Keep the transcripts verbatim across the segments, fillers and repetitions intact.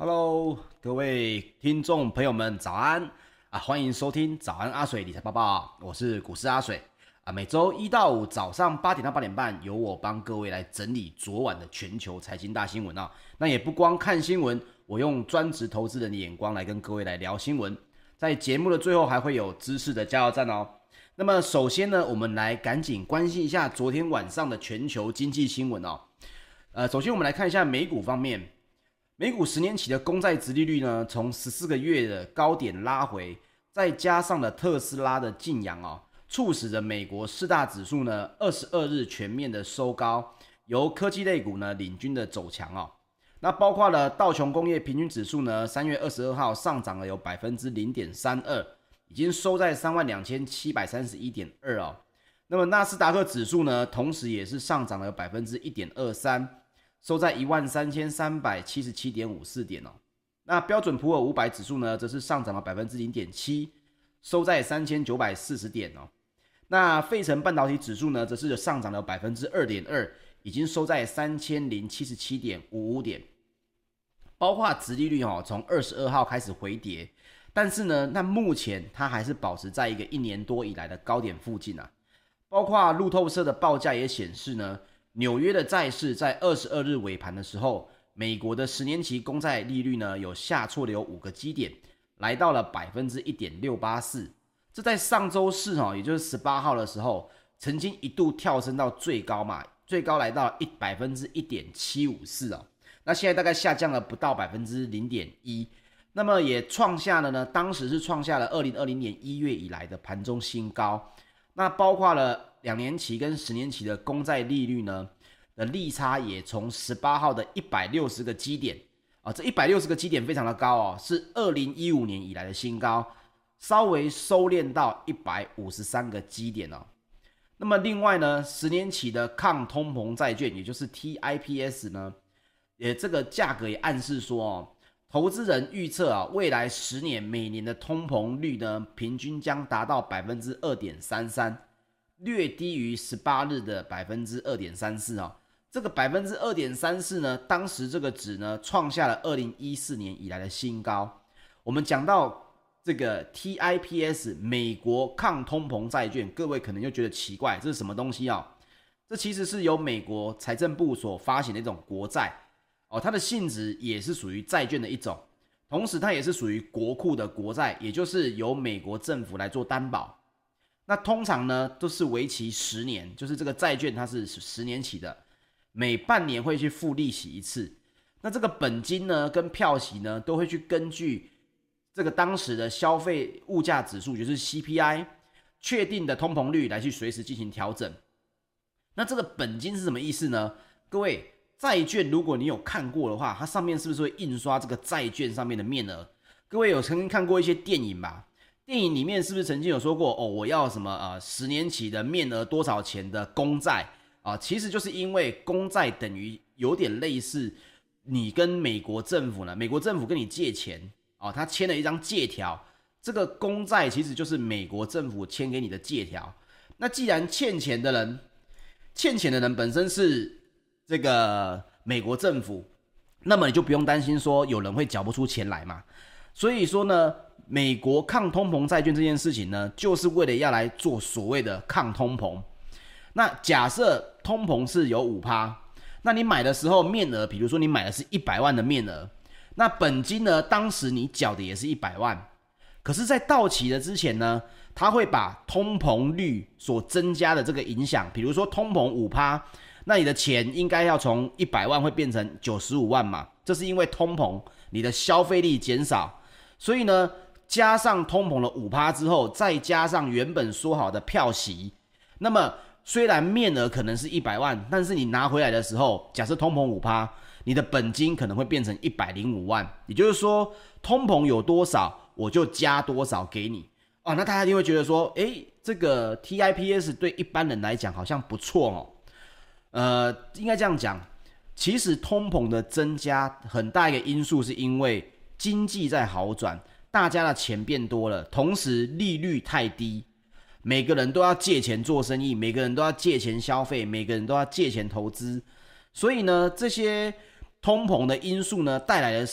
Hello，各位听众朋友们，早安啊！欢迎收听早安阿水理财报报，我是股市阿水啊。每周一到五早上八点到八点半，由我帮各位来整理昨晚的全球财经大新闻啊。那也不光看新闻，我用专职投资人的眼光来跟各位来聊新闻。在节目的最后还会有知识的加油站哦。那么首先呢，我们来赶紧关心一下昨天晚上的全球经济新闻哦。呃，首先我们来看一下美股方面。美股十年期的公债殖利率呢，从十四个月的高点拉回，再加上了特斯拉的禁扬哦，促使着美国四大指数呢二十二日全面的收高，由科技类股呢领军的走强哦。那包括了道琼工业平均指数呢，三月二十二号上涨了有 百分之零点三二， 已经收在 三万两千七百三十一点二 哦。那么纳斯达克指数呢，同时也是上涨了 百分之一点二三。收在 一万三千三百七十七点五四 点哦。那标准普尔五百指数呢，则是上涨了 百分之零点七， 收在三千九百四十点哦。那费城半导体指数呢，则是上涨了 百分之二点二， 已经收在三千零七十七点五五 点。包括殖利率哦，从二十二号开始回跌，但是呢，那目前它还是保持在一个一年多以来的高点附近啊。包括路透社的报价也显示呢，纽约的债市在二十二日尾盘的时候，美国的十年期公债利率呢有下挫了有五个基点，来到了 百分之一点六八四。这在上周四哦，也就是十八号的时候，曾经一度跳升到最高嘛，最高来到 百分之一点七五四 哦。那现在大概下降了不到 百分之零点一， 那么也创下了呢，当时是创下了二零二零年一月以来的盘中新高。那包括了两年期跟十年期的公债利率呢的利差也从十八号的一百六十个基点啊，这一百六十个基点非常的高哦，是二零一五年以来的新高，稍微收敛到一百五十三个基点哦。那么另外呢，十年期的抗通膨债券，也就是 T I P S 呢，也这个价格也暗示说哦，投资人预测啊，未来十年每年的通膨率呢，平均将达到 百分之二点三三， 略低于十八日的 百分之二点三四 哦。这个 百分之二点三四 呢，当时这个值呢创下了二零一四年以来的新高。我们讲到这个 T I P S 美国抗通膨债券，各位可能就觉得奇怪，这是什么东西啊？这其实是由美国财政部所发行的一种国债。哦，它的性质也是属于债券的一种，同时它也是属于国库的国债，也就是由美国政府来做担保。那通常呢都是为期十年，就是这个债券它是十年期的，每半年会去付利息一次。那这个本金呢跟票息呢都会去根据这个当时的消费物价指数，就是 C P I 确定的通膨率来去随时进行调整。那这个本金是什么意思呢？各位，债券如果你有看过的话，它上面是不是会印刷这个债券上面的面额？各位有曾经看过一些电影吧？电影里面是不是曾经有说过哦，我要什么呃十年期的面额多少钱的公债啊？其实就是因为公债等于有点类似你跟美国政府呢，美国政府跟你借钱啊，他签了一张借条，这个公债其实就是美国政府签给你的借条。那既然欠钱的人，欠钱的人本身是这个美国政府，那么你就不用担心说有人会缴不出钱来嘛。所以说呢，美国抗通膨债券这件事情呢，就是为了要来做所谓的抗通膨。那假设通膨是有 百分之五， 那你买的时候面额，比如说你买的是一百万的面额，那本金呢，当时你缴的也是一百万，可是在到期的之前呢，它会把通膨率所增加的这个影响，比如说通膨 百分之五，那你的钱应该要从一百万会变成九十五万嘛，这是因为通膨，你的消费力减少，所以呢，加上通膨了 百分之五 之后，再加上原本说好的票息，那么虽然面额可能是一百万，但是你拿回来的时候，假设通膨 百分之五， 你的本金可能会变成一百零五万，也就是说通膨有多少我就加多少给你啊。那大家一定会觉得说，诶，这个 T I P S 对一般人来讲好像不错哦。呃，应该这样讲，其实通膨的增加很大一个因素是因为经济在好转，大家的钱变多了，同时利率太低，每个人都要借钱做生意，每个人都要借钱消费，每个人都要借钱投资，所以呢，这些通膨的因素呢，带来的是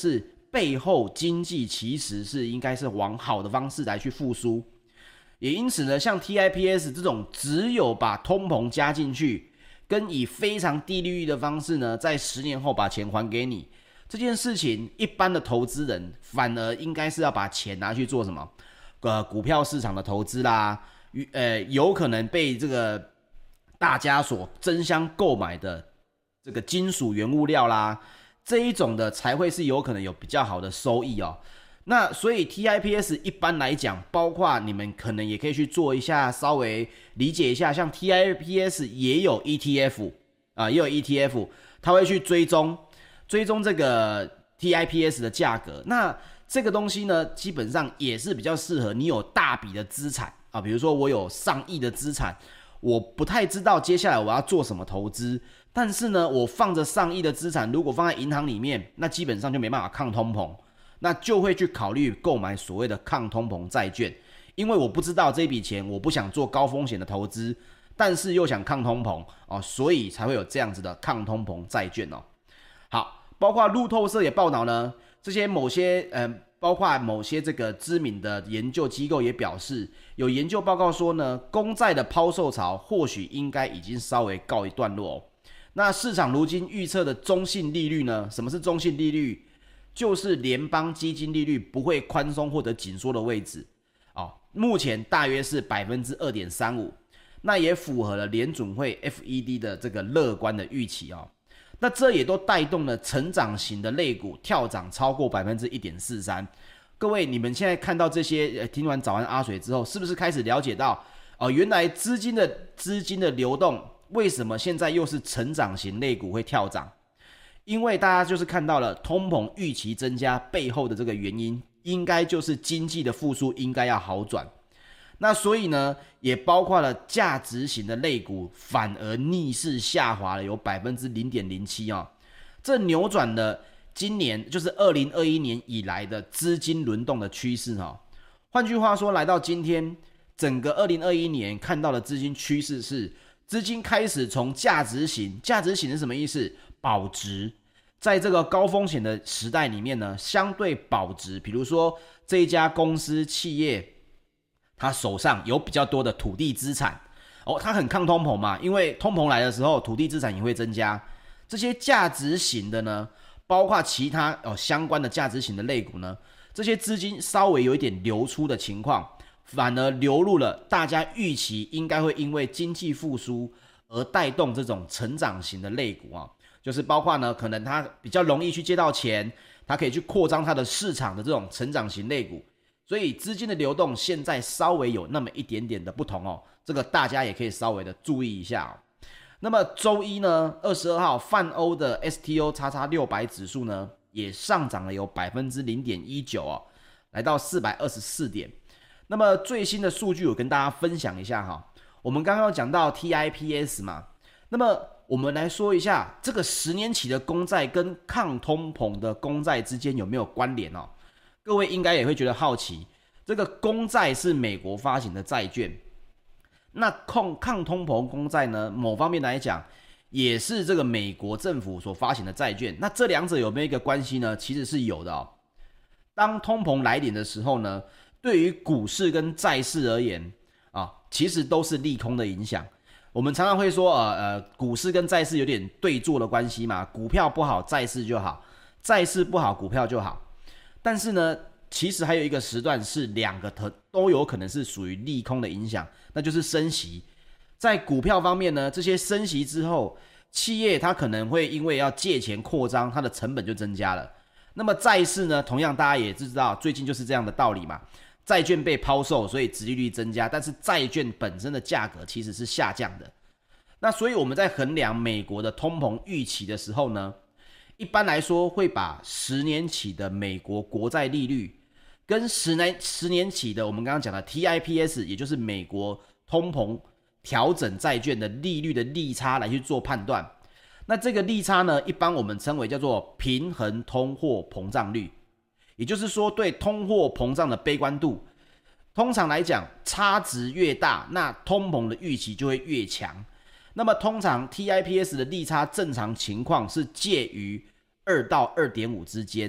背后经济其实是应该是往好的方式来去复苏。也因此呢，像 T I P S 这种只有把通膨加进去，跟以非常低利率的方式呢，在十年后把钱还给你，这件事情，一般的投资人反而应该是要把钱拿去做什么？呃，股票市场的投资啦，呃，有可能被这个大家所争相购买的这个金属原物料啦，这一种的才会是有可能有比较好的收益哦。那所以 T I P S 一般来讲，包括你们可能也可以去做一下，稍微理解一下，像 T I P S 也有 E T F 啊、呃，也有 E T F， 它会去追踪追踪这个 T I P S 的价格。那这个东西呢，基本上也是比较适合你有大笔的资产啊，比如说我有上亿的资产，我不太知道接下来我要做什么投资，但是呢，我放着上亿的资产，如果放在银行里面，那基本上就没办法抗通膨。那就会去考虑购买所谓的抗通膨债券，因为我不知道这笔钱，我不想做高风险的投资，但是又想抗通膨哦，所以才会有这样子的抗通膨债券哦。好，包括路透社也报道呢，这些某些呃，包括某些这个知名的研究机构也表示，有研究报告说呢，公债的抛售潮或许应该已经稍微告一段落哦。那市场如今预测的中性利率呢？什么是中性利率？就是联邦基金利率不会宽松或者紧缩的位置、哦、目前大约是 百分之二点三五， 那也符合了联准会 F E D 的这个乐观的预期、哦、那这也都带动了成长型的类股跳涨超过 百分之一点四三。 各位你们现在看到这些，听完早安阿水之后，是不是开始了解到、哦、原来资金的资金的流动为什么现在又是成长型类股会跳涨？因为大家就是看到了通膨预期增加背后的这个原因，应该就是经济的复苏应该要好转。那所以呢，也包括了价值型的类股反而逆势下滑了有 百分之零点零七 哦，这扭转了今年就是二零二一年以来的资金轮动的趋势哦。换句话说，来到今天，整个二零二一年看到的资金趋势是，资金开始从价值型，价值型是什么意思？保值。在这个高风险的时代里面呢，相对保值，比如说这一家公司企业，它手上有比较多的土地资产哦，它很抗通膨嘛，因为通膨来的时候，土地资产也会增加。这些价值型的呢，包括其他哦相关的价值型的类股呢，这些资金稍微有一点流出的情况，反而流入了大家预期应该会因为经济复苏而带动这种成长型的类股啊。就是包括呢，可能它比较容易去借到钱，它可以去扩张它的市场的这种成长型类股，所以资金的流动现在稍微有那么一点点的不同哦，这个大家也可以稍微的注意一下哦。那么周一呢，二十二号泛欧的 S T O 六百 指数呢，也上涨了有 百分之零点一九 哦，来到四百二十四点。那么最新的数据我跟大家分享一下哈，我们刚刚讲到 T I P S 嘛，那么我们来说一下这个十年期的公债跟抗通膨的公债之间有没有关联哦？各位应该也会觉得好奇，这个公债是美国发行的债券，那抗抗通膨公债呢，某方面来讲也是这个美国政府所发行的债券，那这两者有没有一个关系呢？其实是有的哦。当通膨来临的时候呢，对于股市跟债市而言啊，其实都是利空的影响。我们常常会说，呃呃，股市跟债市有点对坐的关系嘛，股票不好，债市就好；债市不好，股票就好。但是呢，其实还有一个时段是两个都有可能是属于利空的影响，那就是升息。在股票方面呢，这些升息之后，企业它可能会因为要借钱扩张，它的成本就增加了。那么债市呢，同样大家也知道，最近就是这样的道理嘛。债券被抛售，所以殖利率增加，但是债券本身的价格其实是下降的。那所以我们在衡量美国的通膨预期的时候呢，一般来说会把十年期的美国国债利率跟十年十年期的我们刚刚讲的 T I P S， 也就是美国通膨调整债券的利率的利差来去做判断。那这个利差呢，一般我们称为叫做平衡通货膨胀率。也就是说，对通货膨胀的悲观度，通常来讲，差值越大，那通膨的预期就会越强。那么，通常 T I P S 的利差正常情况是介于二到二点五之间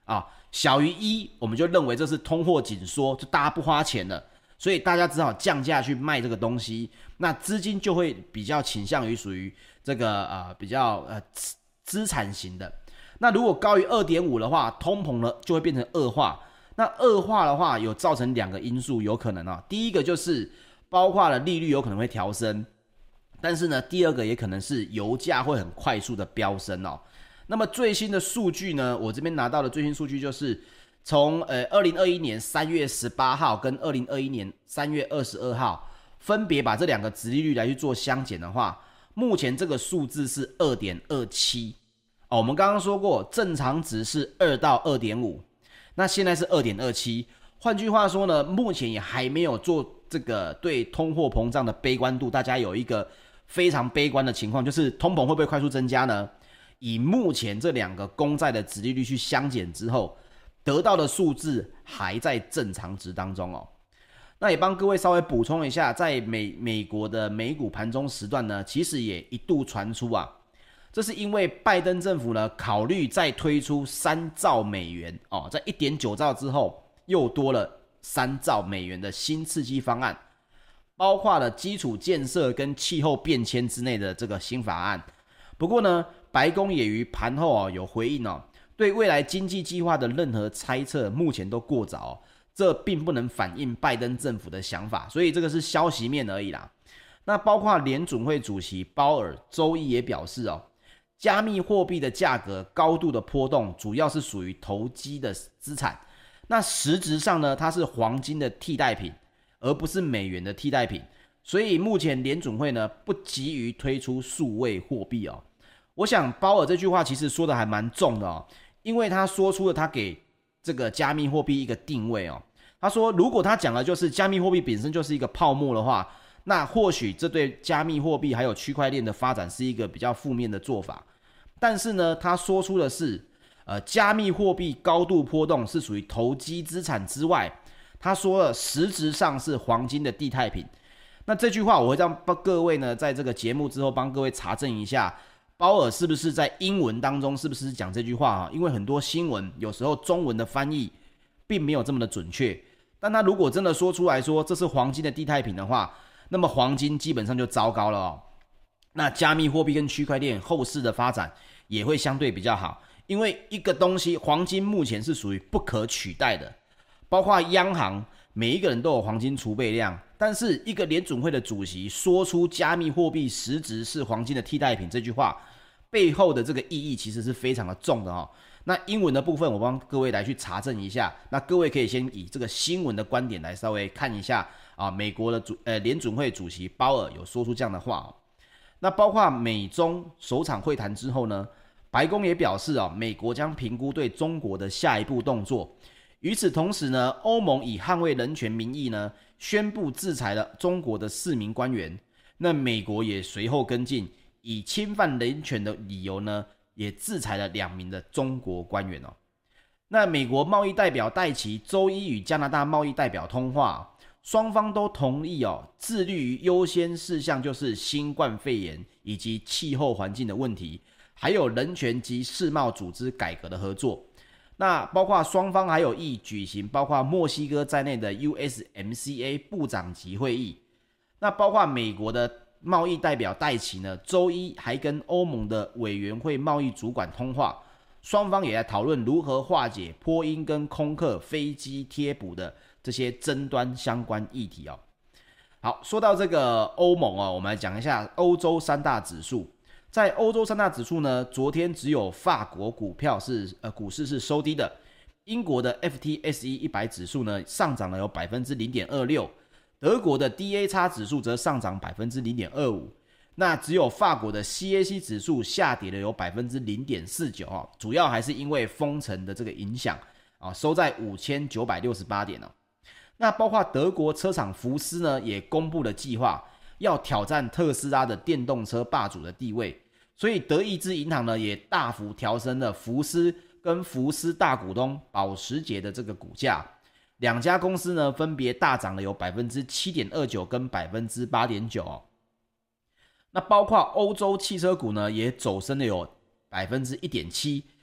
啊，小于一我们就认为这是通货紧缩，就大家不花钱了，所以大家只好降价去卖这个东西，那资金就会比较倾向于属于这个呃比较呃资产型的。那如果高于 二点五 的话，通膨呢就会变成恶化。那恶化的话，有造成两个因素有可能啊。第一个就是包括了利率有可能会调升，但是呢，第二个也可能是油价会很快速的飙升哦。那么最新的数据呢，我这边拿到的最新数据就是从呃二零二一年三月十八号跟二零二一年三月二十二号分别把这两个殖利率来去做相减的话，目前这个数字是 二点二七。哦，我们刚刚说过，正常值是二到 二点五， 那现在是 二点二七。换句话说呢，目前也还没有做这个对通货膨胀的悲观度，大家有一个非常悲观的情况，就是通膨会不会快速增加呢？以目前这两个公债的殖利率去相减之后，得到的数字还在正常值当中哦。那也帮各位稍微补充一下，在美美国的美股盘中时段呢，其实也一度传出啊。这是因为拜登政府呢考虑再推出三兆美元哦，在 一点九兆之后又多了三兆美元的新刺激方案，包括了基础建设跟气候变迁之内的这个新法案。不过呢，白宫也于盘后哦有回应哦，对未来经济计划的任何猜测目前都过早哦，这并不能反映拜登政府的想法，所以这个是消息面而已啦。那包括联准会主席鲍尔周一也表示哦，加密货币的价格高度的波动，主要是属于投机的资产。那实质上呢，它是黄金的替代品，而不是美元的替代品。所以目前联准会呢不急于推出数位货币哦。我想鲍尔这句话其实说的还蛮重的哦，因为他说出了他给这个加密货币一个定位哦。他说，如果他讲的就是加密货币本身就是一个泡沫的话，那或许这对加密货币还有区块链的发展是一个比较负面的做法。但是呢，他说出的是，呃，加密货币高度波动是属于投机资产之外，他说了实质上是黄金的替代品。那这句话我会让各位呢，在这个节目之后帮各位查证一下，鲍尔是不是在英文当中是不是讲这句话啊？因为很多新闻有时候中文的翻译并没有这么的准确。但他如果真的说出来说这是黄金的替代品的话，那么黄金基本上就糟糕了哦。那加密货币跟区块链后市的发展也会相对比较好，因为一个东西黄金目前是属于不可取代的，包括央行每一个人都有黄金储备量，但是一个联准会的主席说出加密货币实质是黄金的替代品这句话背后的这个意义其实是非常的重的哦。那英文的部分我帮各位来去查证一下，那各位可以先以这个新闻的观点来稍微看一下啊，美国的主呃联准会主席鲍尔有说出这样的话哦。那包括美中首场会谈之后呢，白宫也表示哦，美国将评估对中国的下一步动作。与此同时呢，欧盟以捍卫人权名义呢，宣布制裁了中国的四名官员。那美国也随后跟进，以侵犯人权的理由呢，也制裁了两名的中国官员哦。那美国贸易代表戴琪周一与加拿大贸易代表通话，双方都同意哦，致力于优先事项就是新冠肺炎以及气候环境的问题，还有人权及世贸组织改革的合作。那包括双方还有意举行包括墨西哥在内的 U S M C A 部长级会议。那包括美国的贸易代表戴琪呢，周一还跟欧盟的委员会贸易主管通话，双方也在讨论如何化解波音跟空客飞机贴补的这些争端相关议题哦。好，说到这个欧盟哦，我们来讲一下欧洲三大指数。在欧洲三大指数呢，昨天只有法国股票是呃股市是收低的，英国的 F T S E 一百指数呢上涨了有 百分之零点二六， 德国的 D A X 指数则上涨 百分之零点二五， 那只有法国的 C A C 指数下跌了有 百分之零点四九， 主要还是因为封城的这个影响，收在五千九百六十八点。那包括德国车厂福斯呢也公布了计划，要挑战特斯拉的电动车霸主的地位，所以德意志银行呢也大幅调升了福斯跟福斯大股东保时捷的这个股价，两家公司呢分别大涨了有 百分之七点二九 跟 百分之八点九 哦。那包括欧洲汽车股呢也走升了有 百分之一点七，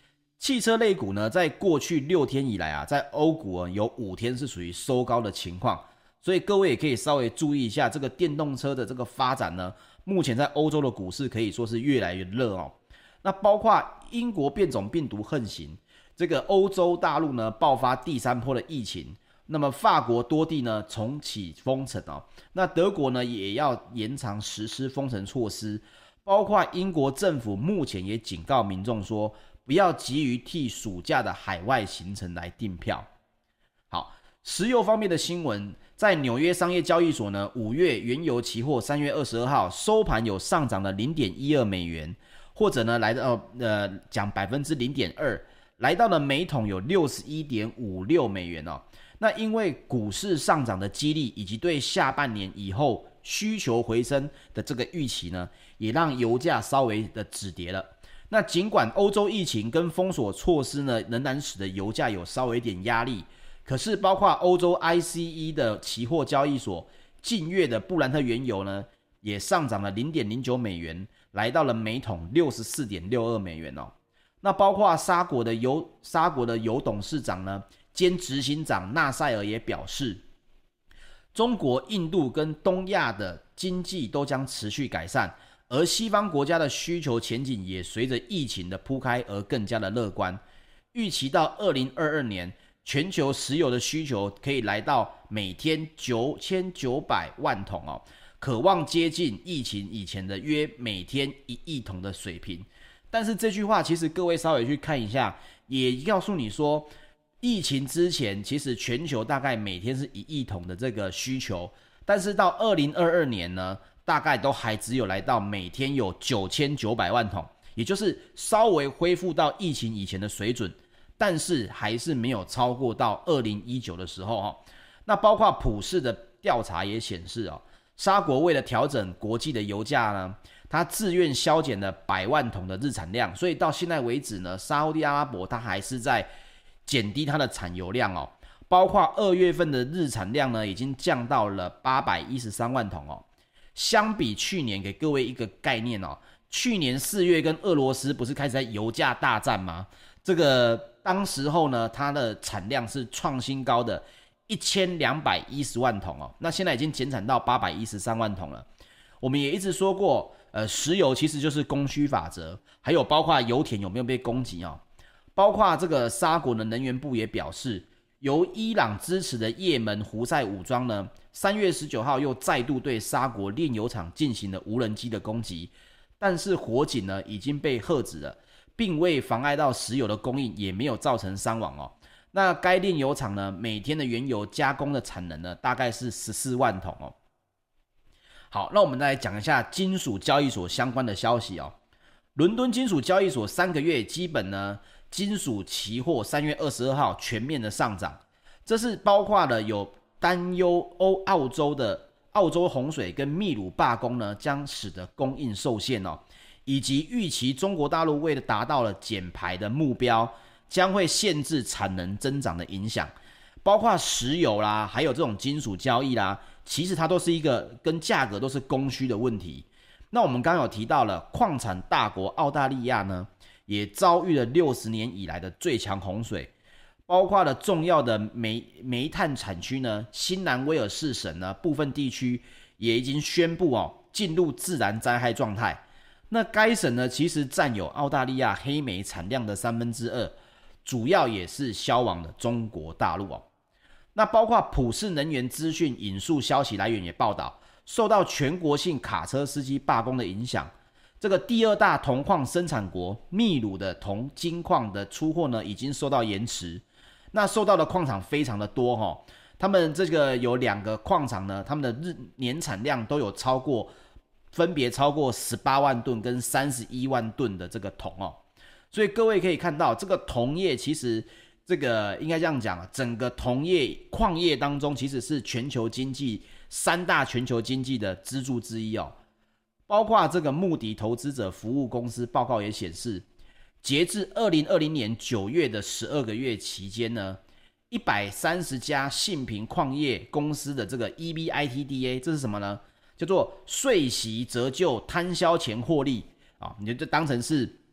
汽车类股呢，在过去六天以来啊，在欧股啊有五天是属于收高的情况，所以各位也可以稍微注意一下这个电动车的这个发展呢。目前在欧洲的股市可以说是越来越热哦。那包括英国变种病毒横行，这个欧洲大陆呢爆发第三波的疫情，那么法国多地呢重启封城哦，那德国呢也要延长实施封城措施，包括英国政府目前也警告民众说，不要急于替暑假的海外行程来订票。好，石油方面的新闻，在纽约商业交易所呢，五月原油期货三月二十二号收盘有上涨了 零点一二美元，或者呢来到呃讲 百分之零点二， 来到了每桶有 六十一点五六美元哦。那因为股市上涨的激励以及对下半年以后需求回升的这个预期呢，也让油价稍微的止跌了。那尽管欧洲疫情跟封锁措施呢，仍然使得油价有稍微一点压力，可是包括欧洲 I C E 的期货交易所近月的布兰特原油呢，也上涨了 零点零九美元，来到了每桶 六十四点六二美元哦。那包括沙国的油沙国的油董事长呢兼执行长纳塞尔也表示，中国、印度跟东亚的经济都将持续改善，而西方国家的需求前景也随着疫情的铺开而更加的乐观。预期到二零二二年，全球石油的需求可以来到每天九千九百万桶哦，可望接近疫情以前的约每天一亿桶的水平。但是这句话其实各位稍微去看一下，也告诉你说，疫情之前其实全球大概每天是一亿桶的这个需求，但是到二零二二年呢，大概都还只有来到每天有九千九百万桶，也就是稍微恢复到疫情以前的水准，但是还是没有超过到二零一九的时候哦。那包括普世的调查也显示哦，沙国为了调整国际的油价呢，它自愿削减了百万桶的日产量，所以到现在为止呢，沙烏地阿拉伯它还是在减低它的产油量哦。包括二月份的日产量呢，已经降到了八百一十三万桶哦。相比去年，给各位一个概念哦，去年四月跟俄罗斯不是开始在油价大战吗？这个当时候呢，它的产量是创新高的一千两百一十万桶哦，那现在已经减产到八百一十三万桶了。我们也一直说过，呃，石油其实就是供需法则，还有包括油田有没有被攻击哦，包括这个沙国的能源部也表示，由伊朗支持的也门胡塞武装呢，三月十九号又再度对沙国炼油厂进行了无人机的攻击，但是火警呢已经被遏止了，并未妨碍到石油的供应，也没有造成伤亡哦。那该炼油厂呢，每天的原油加工的产能呢，大概是十四万桶哦。好，那我们再来讲一下金属交易所相关的消息哦。伦敦金属交易所三个月基本呢，金属期货三月二十二号全面的上涨，这是包括了有担忧欧澳洲的澳洲洪水跟秘鲁罢工呢，将使得供应受限哦，以及预期中国大陆为了达到了减排的目标，将会限制产能增长的影响，包括石油啦，还有这种金属交易啦，其实它都是一个跟价格都是供需的问题。那我们刚刚有提到了矿产大国澳大利亚呢，也遭遇了六十年以来的最强洪水，包括了重要的煤煤炭产区呢，新南威尔士省呢部分地区也已经宣布哦进入自然灾害状态。那该省呢其实占有澳大利亚黑煤产量的三分之二，主要也是销往了中国大陆哦。那包括普世能源资讯引述消息来源也报道，受到全国性卡车司机罢工的影响，这个第二大铜矿生产国秘鲁的铜金矿的出货呢，已经受到延迟。那受到的矿场非常的多哈、哦，他们这个有两个矿场呢，他们的日年产量都有超过，分别超过十八万吨跟三十一万吨的这个铜哦。所以各位可以看到，这个铜业其实这个应该这样讲，整个铜业矿业当中，其实是全球经济三大全球经济的支柱之一哦。包括这个穆迪投资者服务公司报告也显示，截至二零二零年九月的十二个月期间呢，一百三十家信评矿业公司的这个 E B I T D A， 这是什么呢？叫做税息折旧摊销前获利啊，你就当成是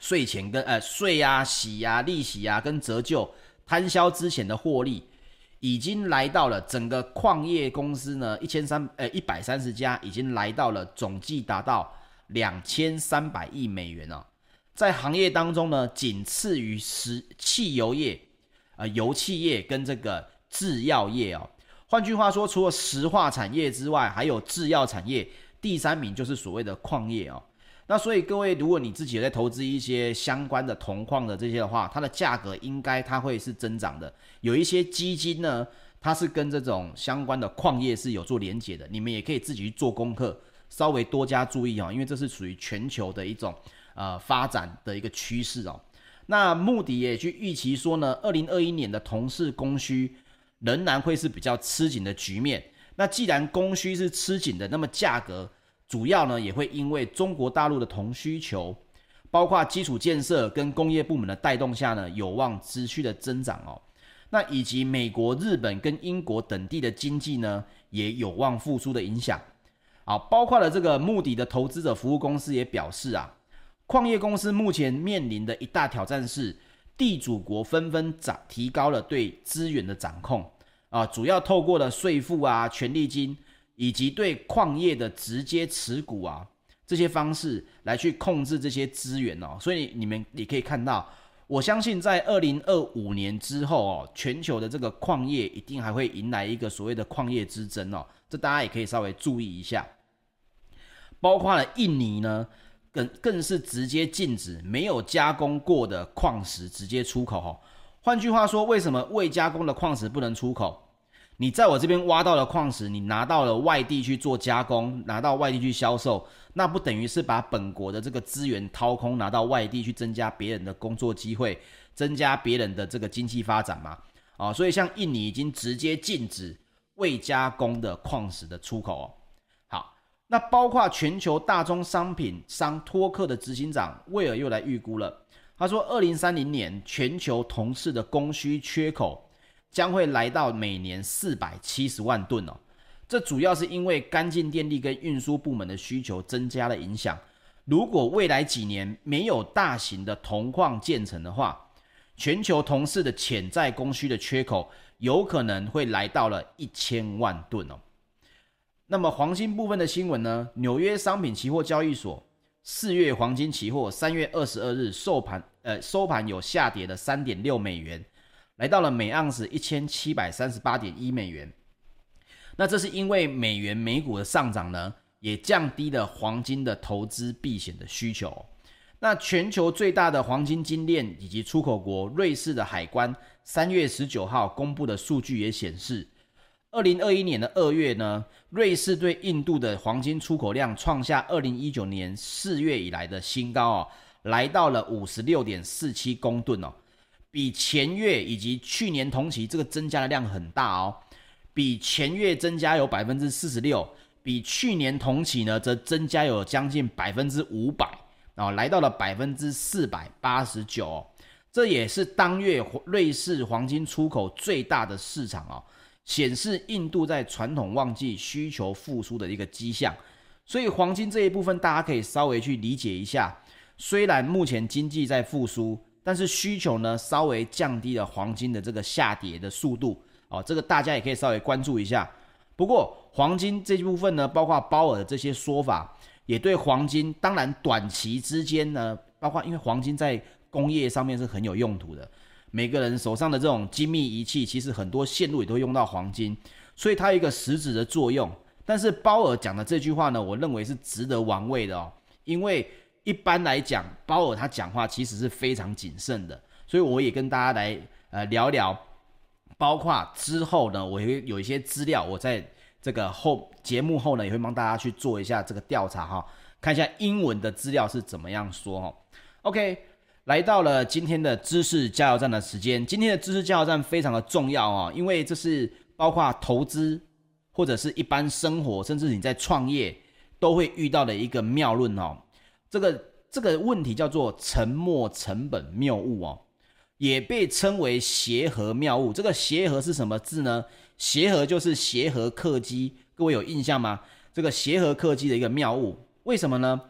税前跟呃税啊、息啊、利息啊跟折旧摊销之前的获利，已经来到了整个矿业公司呢一千三呃一百三十家，已经来到了总计达到两千三百亿美元哦。在行业当中呢，仅次于石汽油业、呃油气业跟这个制药业哦。换句话说，除了石化产业之外，还有制药产业，第三名就是所谓的矿业哦。那所以各位，如果你自己有在投资一些相关的铜矿的这些的话，它的价格应该它会是增长的。有一些基金呢，它是跟这种相关的矿业是有做连结的，你们也可以自己去做功课，稍微多加注意哦，因为这是属于全球的一种呃发展的一个趋势哦。那穆迪也去预期说呢，二零二一年的铜市供需仍然会是比较吃紧的局面。那既然供需是吃紧的，那么价格主要呢也会因为中国大陆的铜需求，包括基础建设跟工业部门的带动下呢，有望持续的增长哦。那以及美国、日本跟英国等地的经济呢，也有望复苏的影响。好，包括了这个穆迪的投资者服务公司也表示啊，矿业公司目前面临的一大挑战是，地主国纷纷涨提高了对资源的掌控啊，主要透过了税负啊、权利金以及对矿业的直接持股啊这些方式来去控制这些资源哦。所以你们也可以看到，我相信在二零二五年之后哦，全球的这个矿业一定还会迎来一个所谓的矿业之争哦，这大家也可以稍微注意一下。包括了印尼呢，更更是直接禁止没有加工过的矿石直接出口哦。换句话说，为什么未加工的矿石不能出口？你在我这边挖到了矿石，你拿到了外地去做加工，拿到外地去销售，那不等于是把本国的这个资源掏空，拿到外地去增加别人的工作机会，增加别人的这个经济发展吗？哦，所以像印尼已经直接禁止未加工的矿石的出口哦。好，那包括全球大宗商品商托克的执行长魏尔又来预估了，他说二零三零年全球铜市的供需缺口将会来到每年四百七十万吨哦，这主要是因为干净电力跟运输部门的需求增加了影响。如果未来几年没有大型的铜矿建成的话，全球铜市的潜在供需的缺口有可能会来到了一千万吨哦。那么黄金部分的新闻呢？纽约商品期货交易所四月黄金期货三月二十二日收盘，呃，收盘有下跌了 三点六美元。来到了每盎司 一千七百三十八点一美元。那这是因为美元美股的上涨呢，也降低了黄金的投资避险的需求。那全球最大的黄金精炼以及出口国瑞士的海关三月十九号公布的数据也显示，二零二一年的二月呢，瑞士对印度的黄金出口量创下二零一九年四月以来的新高哦，来到了 五十六点四七公吨哦。比前月以及去年同期这个增加的量很大哦，比前月增加有 百分之四十六， 比去年同期呢则增加有将近 百分之五百、哦、来到了 百分之四百八十九、哦、这也是当月瑞士黄金出口最大的市场哦，显示印度在传统旺季需求复苏的一个迹象。所以黄金这一部分大家可以稍微去理解一下，虽然目前经济在复苏，但是需求呢稍微降低了黄金的这个下跌的速度哦，这个大家也可以稍微关注一下。不过黄金这部分呢，包括鲍尔的这些说法，也对黄金当然短期之间呢，包括因为黄金在工业上面是很有用途的，每个人手上的这种精密仪器，其实很多线路也都会用到黄金，所以它有一个实质的作用。但是鲍尔讲的这句话呢，我认为是值得玩味的哦，因为一般来讲，鲍尔他讲话其实是非常谨慎的，所以我也跟大家来呃聊聊，包括之后呢，我会有一些资料，我在这个后节目后呢，也会帮大家去做一下这个调查哈，看一下英文的资料是怎么样说哈。OK， 来到了今天的知识加油站的时间，今天的知识加油站非常的重要哦，因为这是包括投资或者是一般生活，甚至你在创业都会遇到的一个谬论哦。这个这个问题叫做沉没成本谬误哦，也被称为协和谬误。这个协和是什么字呢？协和就是协和客机，各位有印象吗？这个协和客机的一个谬误，为什么呢？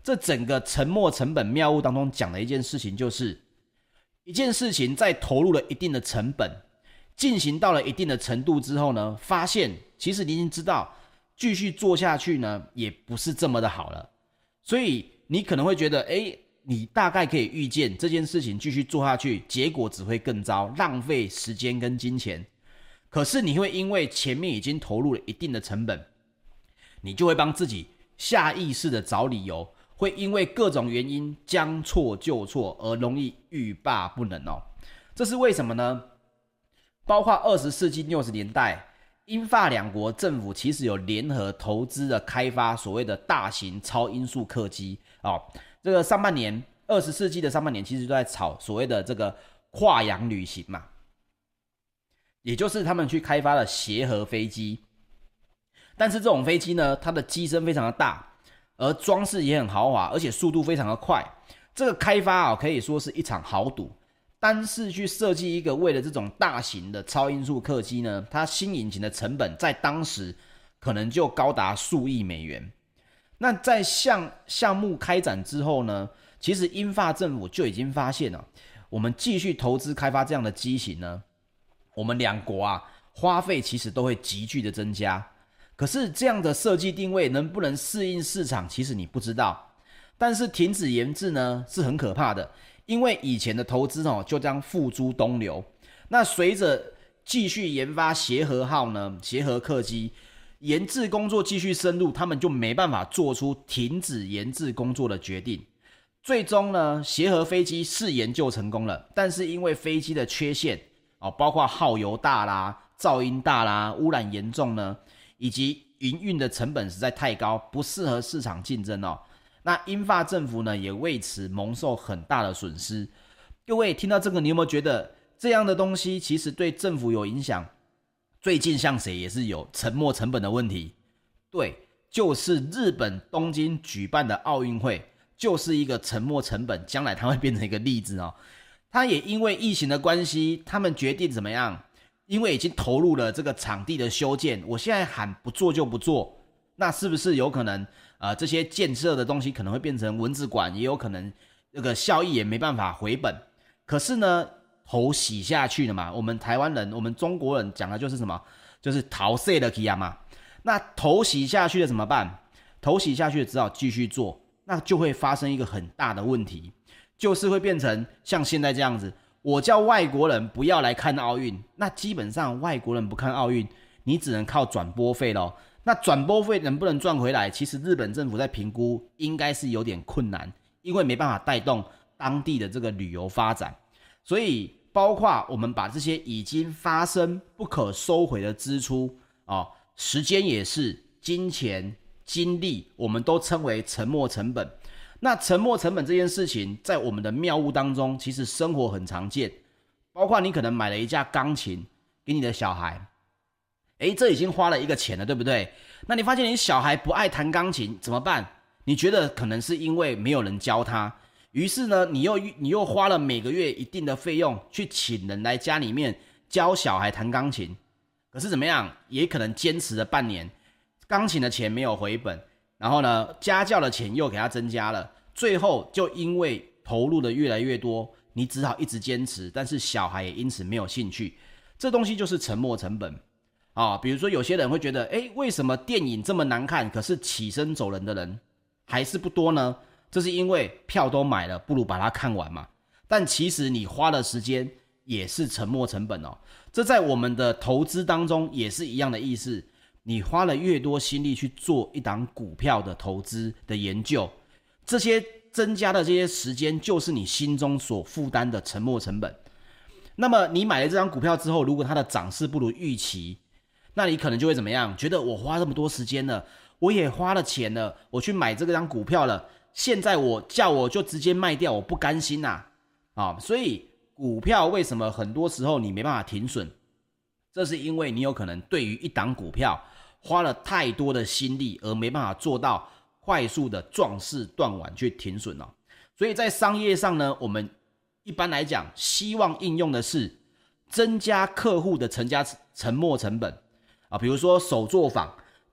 这整个沉没成本谬误当中讲的一件事情，就是一件事情在投入了一定的成本，进行到了一定的程度之后呢，发现其实你已经知道继续做下去呢也不是这么的好了，所以你可能会觉得，诶，你大概可以预见这件事情继续做下去结果只会更糟，浪费时间跟金钱。可是你会因为前面已经投入了一定的成本，你就会帮自己下意识的找理由，会因为各种原因将错就错，而容易欲罢不能哦。这是为什么呢？包括二十世纪六十年代，英法两国政府其实有联合投资的开发所谓的大型超音速客机哦。这个上半年，二十世纪的上半年其实都在炒所谓的这个跨洋旅行嘛，也就是他们去开发了协和飞机。但是这种飞机呢，它的机身非常的大，而装饰也很豪华，而且速度非常的快。这个开发啊，可以说是一场豪赌。单是去设计一个为了这种大型的超音速客机呢，它新引擎的成本在当时可能就高达数亿美元。那在项项目开展之后呢，其实英法政府就已经发现了，我们继续投资开发这样的机型呢，我们两国啊花费其实都会急剧的增加。可是这样的设计定位能不能适应市场，其实你不知道。但是停止研制呢是很可怕的，因为以前的投资哦就这样付诸东流。那随着继续研发协和号呢，协和客机研制工作继续深入，他们就没办法做出停止研制工作的决定。最终呢，协和飞机是研究成功了，但是因为飞机的缺陷哦，包括耗油大啦、噪音大啦、污染严重呢，以及营运的成本实在太高，不适合市场竞争哦。那英法政府呢，也为此蒙受很大的损失。各位听到这个，你有没有觉得这样的东西其实对政府有影响？最近像谁也是有沉没成本的问题？对，就是日本东京举办的奥运会，就是一个沉没成本，将来它会变成一个例子哦。它也因为疫情的关系，他们决定怎么样？因为已经投入了这个场地的修建，我现在喊不做就不做，那是不是有可能？呃，这些建设的东西可能会变成蚊子馆，也有可能这个效益也没办法回本。可是呢，头洗下去了嘛，我们台湾人，我们中国人讲的就是什么？就是逃税了嘛。那头洗下去了怎么办？头洗下去了只好继续做，那就会发生一个很大的问题，就是会变成像现在这样子，我叫外国人不要来看奥运，那基本上外国人不看奥运，你只能靠转播费咯。那转播费能不能赚回来？其实日本政府在评估应该是有点困难，因为没办法带动当地的这个旅游发展。所以包括我们把这些已经发生不可收回的支出、哦、时间也是，金钱、精力，我们都称为沉没成本。那沉没成本这件事情在我们的谬误当中其实生活很常见，包括你可能买了一架钢琴给你的小孩，诶，这已经花了一个钱了，对不对？那你发现你小孩不爱弹钢琴怎么办？你觉得可能是因为没有人教他，于是呢，你又你又花了每个月一定的费用去请人来家里面教小孩弹钢琴。可是怎么样，也可能坚持了半年，钢琴的钱没有回本，然后呢，家教的钱又给他增加了，最后就因为投入的越来越多，你只好一直坚持，但是小孩也因此没有兴趣。这东西就是沉没成本。啊、哦，比如说有些人会觉得，诶，为什么电影这么难看，可是起身走人的人还是不多呢？这是因为票都买了，不如把它看完嘛。但其实你花的时间也是沉没成本哦。这在我们的投资当中也是一样的意思。你花了越多心力去做一档股票的投资的研究，这些增加的这些时间，就是你心中所负担的沉没成本。那么你买了这张股票之后，如果它的涨势不如预期，那你可能就会怎么样？觉得我花这么多时间了，我也花了钱了，我去买这张股票了，现在我叫我就直接卖掉，我不甘心呐、啊！啊，所以股票为什么很多时候你没办法停损？这是因为你有可能对于一档股票花了太多的心力，而没办法做到快速的壮士断腕去停损哦。所以在商业上呢，我们一般来讲希望应用的是增加客户的成家沉没成本啊，比如说手作坊，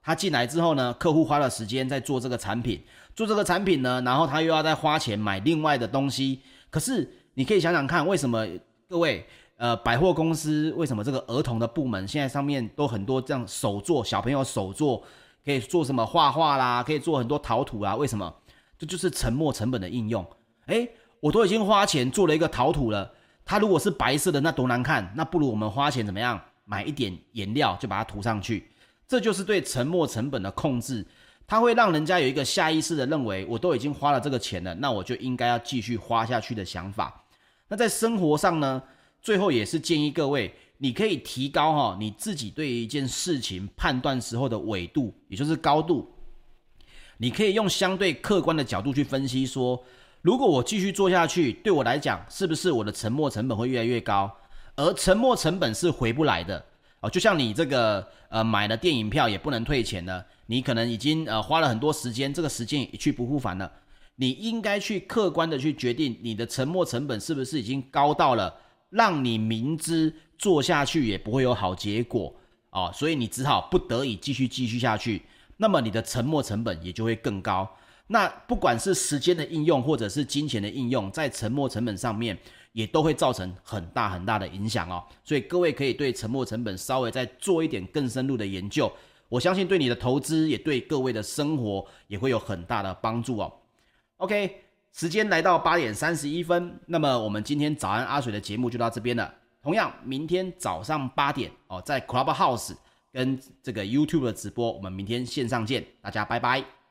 他进来之后呢，客户花了时间在做这个产品，做这个产品呢，然后他又要再花钱买另外的东西。可是你可以想想看，为什么各位呃百货公司为什么这个儿童的部门现在上面都很多这样手作，小朋友手作可以做什么画画啦，可以做很多陶土啦？为什么？这就是沉没成本的应用。诶，我都已经花钱做了一个陶土了，它如果是白色的，那多难看，那不如我们花钱怎么样，买一点颜料就把它涂上去。这就是对沉没成本的控制，它会让人家有一个下意识的认为，我都已经花了这个钱了，那我就应该要继续花下去的想法。那在生活上呢，最后也是建议各位，你可以提高、哦、你自己对于一件事情判断时候的纬度，也就是高度。你可以用相对客观的角度去分析说，如果我继续做下去，对我来讲是不是我的沉没成本会越来越高？而沉没成本是回不来的。哦，就像你这个呃买了电影票也不能退钱了，你可能已经呃花了很多时间，这个时间一去不复返了。你应该去客观的去决定你的沉没成本是不是已经高到了让你明知做下去也不会有好结果哦，所以你只好不得已继续继续下去，那么你的沉没成本也就会更高。那不管是时间的应用或者是金钱的应用，在沉没成本上面也都会造成很大很大的影响哦。所以各位可以对沉没成本稍微再做一点更深入的研究，我相信对你的投资也对各位的生活也会有很大的帮助哦。OK， 时间来到八点三十一分，那么我们今天早安阿水的节目就到这边了。同样，明天早上八点哦，在 Clubhouse 跟这个 YouTube 的直播，我们明天线上见，大家拜拜。